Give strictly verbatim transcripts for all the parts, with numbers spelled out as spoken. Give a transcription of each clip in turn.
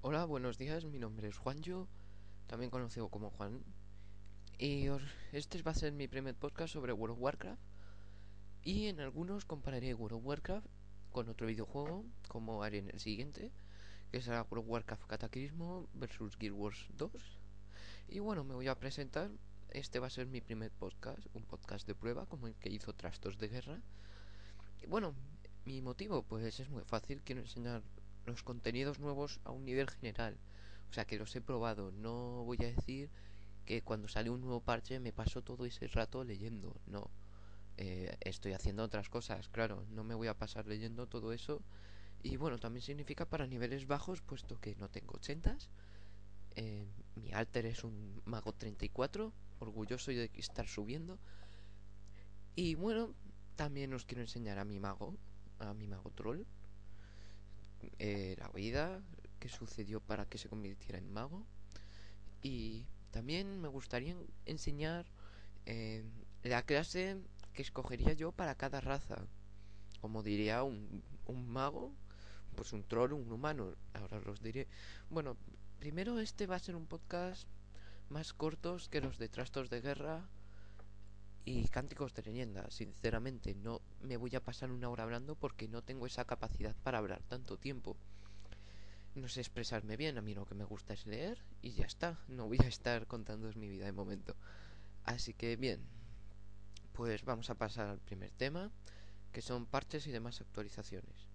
Hola, buenos días, mi nombre es Juanjo, también conocido como Juan, y os- este va a ser mi primer podcast sobre World of Warcraft, y en algunos compararé World of Warcraft con otro videojuego, como haré en el siguiente, que será World of Warcraft Cataclismo versus Guild Wars dos. Y bueno, me voy a presentar, este va a ser mi primer podcast, un podcast de prueba, como el que hizo Trastos de Guerra. Y bueno, mi motivo pues es muy fácil, quiero enseñar los contenidos nuevos a un nivel general. O sea, que los he probado. No voy a decir que cuando sale un nuevo parche me paso todo ese rato leyendo. No. Eh, estoy haciendo otras cosas, claro. No me voy a pasar leyendo todo eso. Y bueno, también significa para niveles bajos, puesto que no tengo ochentas. Eh, mi alter es un mago treinta y cuatro. Orgulloso de estar subiendo. Y bueno, también os quiero enseñar a mi mago. A mi mago troll. Eh, la vida que sucedió para que se convirtiera en mago. Y también me gustaría enseñar eh, la clase que escogería yo para cada raza. Como diría un, un mago, pues un troll, un humano. Ahora os diré. Bueno, primero este va a ser un podcast más cortos que los de Trastos de Guerra y Cánticos de Leyenda. Sinceramente, no me voy a pasar una hora hablando porque no tengo esa capacidad para hablar tanto tiempo. No sé expresarme bien, a mí lo que me gusta es leer y ya está. No voy a estar contándoos mi vida de momento. Así que bien, pues vamos a pasar al primer tema, que son parches y demás actualizaciones.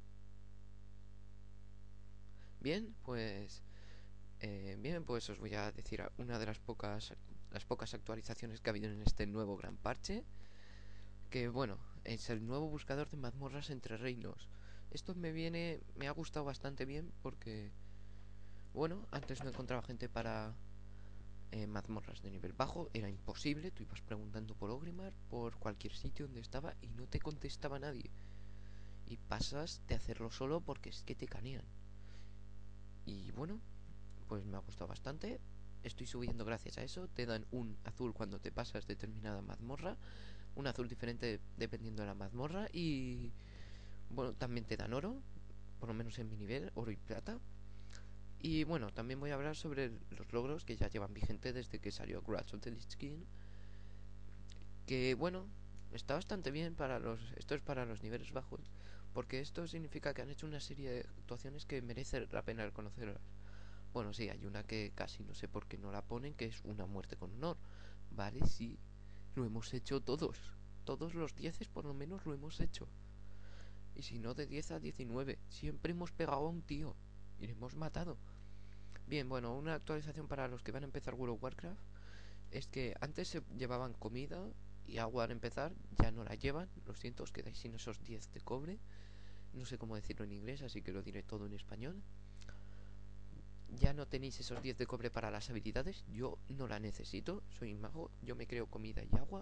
Bien, pues eh, bien, pues os voy a decir una de las pocas las pocas actualizaciones que ha habido en este nuevo gran parche, que bueno, es el nuevo buscador de mazmorras entre reinos. Esto me viene, me ha gustado bastante bien porque bueno, antes no encontraba gente para eh, mazmorras de nivel bajo, era imposible, tú ibas preguntando por Ogrimmar, por cualquier sitio donde estaba y no te contestaba nadie. Y pasas de hacerlo solo porque es que te canean. Y bueno, pues me ha gustado bastante. Estoy subiendo gracias a eso. Te dan un azul cuando te pasas determinada mazmorra. Un azul diferente dependiendo de la mazmorra. Y bueno, también te dan oro. Por lo menos en mi nivel, oro y plata. Y bueno, también voy a hablar sobre los logros que ya llevan vigente desde que salió Grudge of the Lich King. Que bueno, está bastante bien para los... Esto es para los niveles bajos. Porque esto significa que han hecho una serie de actuaciones que merece la pena reconocerlas. Bueno, sí, hay una que casi no sé por qué no la ponen, que es una muerte con honor. Vale, sí, lo hemos hecho todos. Todos los dieces por lo menos lo hemos hecho. Y si no, de diez a diecinueve. Siempre hemos pegado a un tío. Y le hemos matado. Bien, bueno, una actualización para los que van a empezar World of Warcraft. Es que antes se llevaban comida y agua al empezar. Ya no la llevan. Lo siento, os quedáis sin esos diez de cobre. No sé cómo decirlo en inglés, así que lo diré todo en español. Ya no tenéis esos diez de cobre para las habilidades. Yo no la necesito. Soy mago. Yo me creo comida y agua.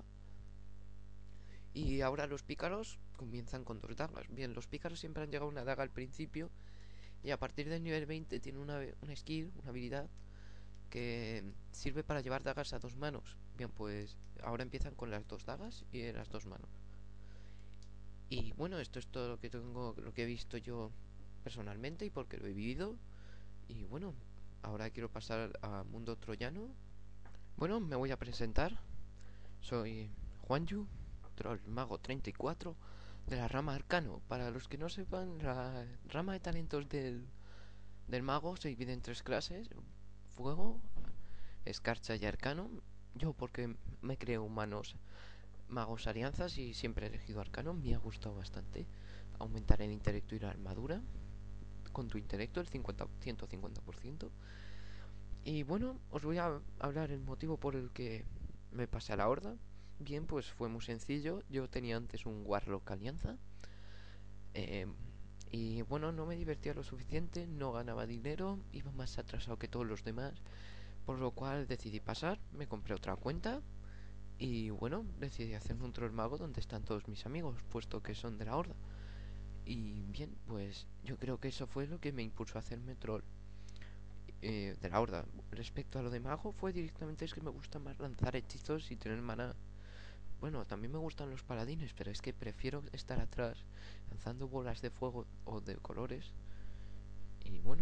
Y ahora los pícaros comienzan con dos dagas. Bien, los pícaros siempre han llegado a una daga al principio. Y a partir del nivel veinte tiene una, una skill, una habilidad que sirve para llevar dagas a dos manos. Bien, pues ahora empiezan con las dos dagas y las dos manos. Y bueno, esto es todo lo que tengo, lo que he visto yo personalmente y porque lo he vivido. Y bueno, ahora quiero pasar a Mundo Troyano. Bueno, me voy a presentar. Soy Juanyu, Troll Mago treinta y cuatro de la rama Arcano. Para los que no sepan, la rama de talentos del, del mago se divide en tres clases: Fuego, Escarcha y Arcano. Yo porque me creo humanos, magos, alianzas y siempre he elegido Arcano. Me ha gustado bastante. Aumentar el intelecto y la armadura. Con tu intelecto el cincuenta, ciento cincuenta por ciento. Y bueno, os voy a hablar el motivo por el que me pasé a la horda. Bien, pues fue muy sencillo. Yo tenía antes un Warlock Alianza. eh, y bueno, no me divertía lo suficiente, no ganaba dinero, iba más atrasado que todos los demás. Por lo cual decidí pasar, me compré otra cuenta. Y bueno, decidí hacerme un troll mago donde están todos mis amigos, puesto que son de la horda. Y bien, pues yo creo que eso fue lo que me impulsó a hacerme troll eh, de la horda. Respecto a lo de mago, fue directamente es que me gusta más lanzar hechizos y tener mana. Bueno, también me gustan los paladines, pero es que prefiero estar atrás lanzando bolas de fuego o de colores. Y bueno,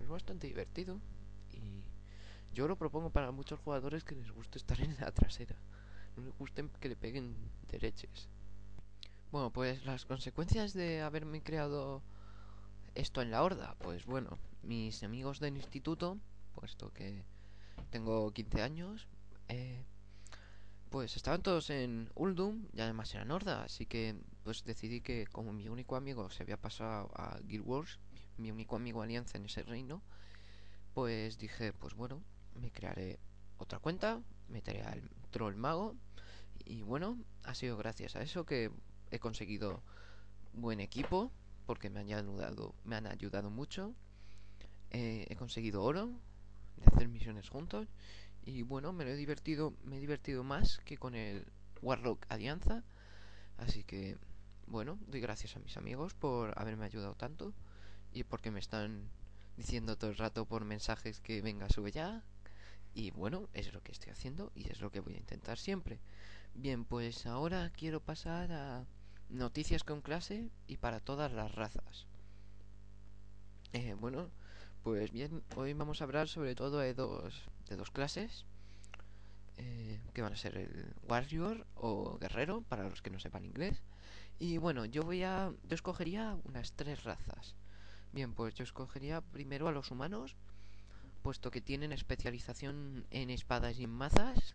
es bastante divertido y yo lo propongo para muchos jugadores que les guste estar en la trasera, no les gusten que le peguen dereches. Bueno, pues las consecuencias de haberme creado esto en la horda, pues bueno, mis amigos del instituto, puesto que tengo quince años, eh, pues estaban todos en Uldum y además eran horda, así que pues decidí que como mi único amigo se había pasado a Guild Wars, mi único amigo alianza en ese reino, pues dije, pues bueno, me crearé otra cuenta, meteré al troll mago y bueno, ha sido gracias a eso que he conseguido buen equipo porque me han ayudado, me han ayudado mucho. Eh, he conseguido oro de hacer misiones juntos y bueno, me lo he divertido, me he divertido más que con el Warlock Alianza, así que bueno, doy gracias a mis amigos por haberme ayudado tanto y porque me están diciendo todo el rato por mensajes que venga, sube ya. Y bueno, es lo que estoy haciendo y es lo que voy a intentar siempre. Bien, pues ahora quiero pasar a noticias con clase y para todas las razas. Eh, bueno, pues bien, hoy vamos a hablar sobre todo de dos, de dos clases, eh, que van a ser el Warrior o Guerrero, para los que no sepan inglés. Y bueno, yo voy a... yo escogería unas tres razas. Bien, pues yo escogería primero a los humanos, puesto que tienen especialización en espadas y en mazas.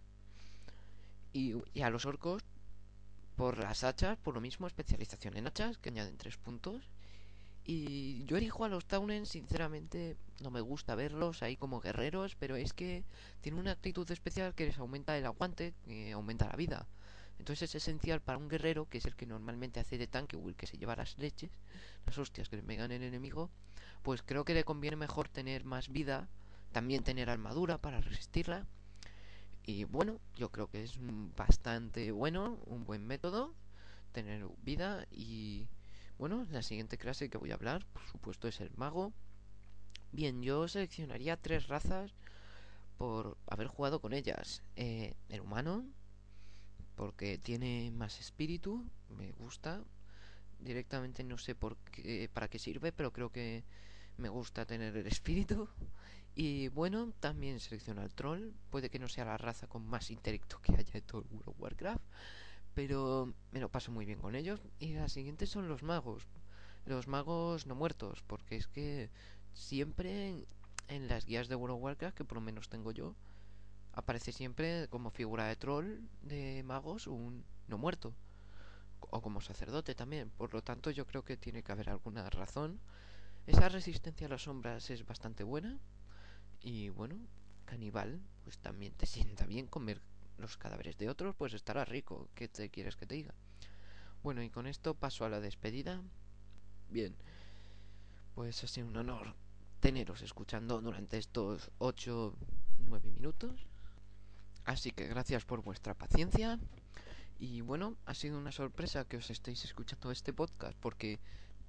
Y, y a los orcos por las hachas, por lo mismo, especialización en hachas, que añaden tres puntos. Y yo elijo a los Tauren, sinceramente no me gusta verlos ahí como guerreros, pero es que tienen una actitud especial que les aumenta el aguante, que aumenta la vida. Entonces es esencial para un guerrero, que es el que normalmente hace de tanque o el que se lleva las leches, las hostias que le pegan el enemigo, pues creo que le conviene mejor tener más vida, también tener armadura para resistirla. Y bueno, yo creo que es bastante bueno, un buen método, tener vida. Y bueno, la siguiente clase que voy a hablar, por supuesto, es el mago. Bien, yo seleccionaría tres razas por haber jugado con ellas. Eh, el humano, porque tiene más espíritu, me gusta. Directamente no sé por qué, para qué sirve, pero creo que me gusta tener el espíritu. Y bueno, también selecciono al troll. Puede que no sea la raza con más intelecto que haya en todo el World of Warcraft, pero me lo paso muy bien con ellos. Y las siguientes son los magos. Los magos no muertos, porque es que siempre en, en las guías de World of Warcraft, que por lo menos tengo yo, aparece siempre como figura de troll de magos un no muerto. O como sacerdote también. Por lo tanto, yo creo que tiene que haber alguna razón. Esa resistencia a las sombras es bastante buena. Y bueno, caníbal, pues también te sienta bien comer los cadáveres de otros, pues estará rico. ¿Qué te quieres que te diga? Bueno, y con esto paso a la despedida. Bien, pues ha sido un honor teneros escuchando durante estos ocho nueve minutos. Así que gracias por vuestra paciencia. Y bueno, ha sido una sorpresa que os estéis escuchando este podcast porque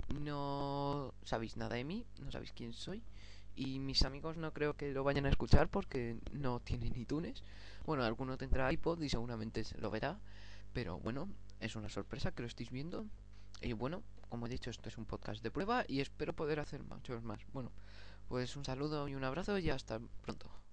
no sabéis nada de mí, no sabéis quién soy. Y mis amigos no creo que lo vayan a escuchar porque no tienen iTunes. Bueno, alguno tendrá iPod y seguramente se lo verá. Pero bueno, es una sorpresa que lo estéis viendo. Y bueno, como he dicho, esto es un podcast de prueba y espero poder hacer muchos más. Bueno, pues un saludo y un abrazo y hasta pronto.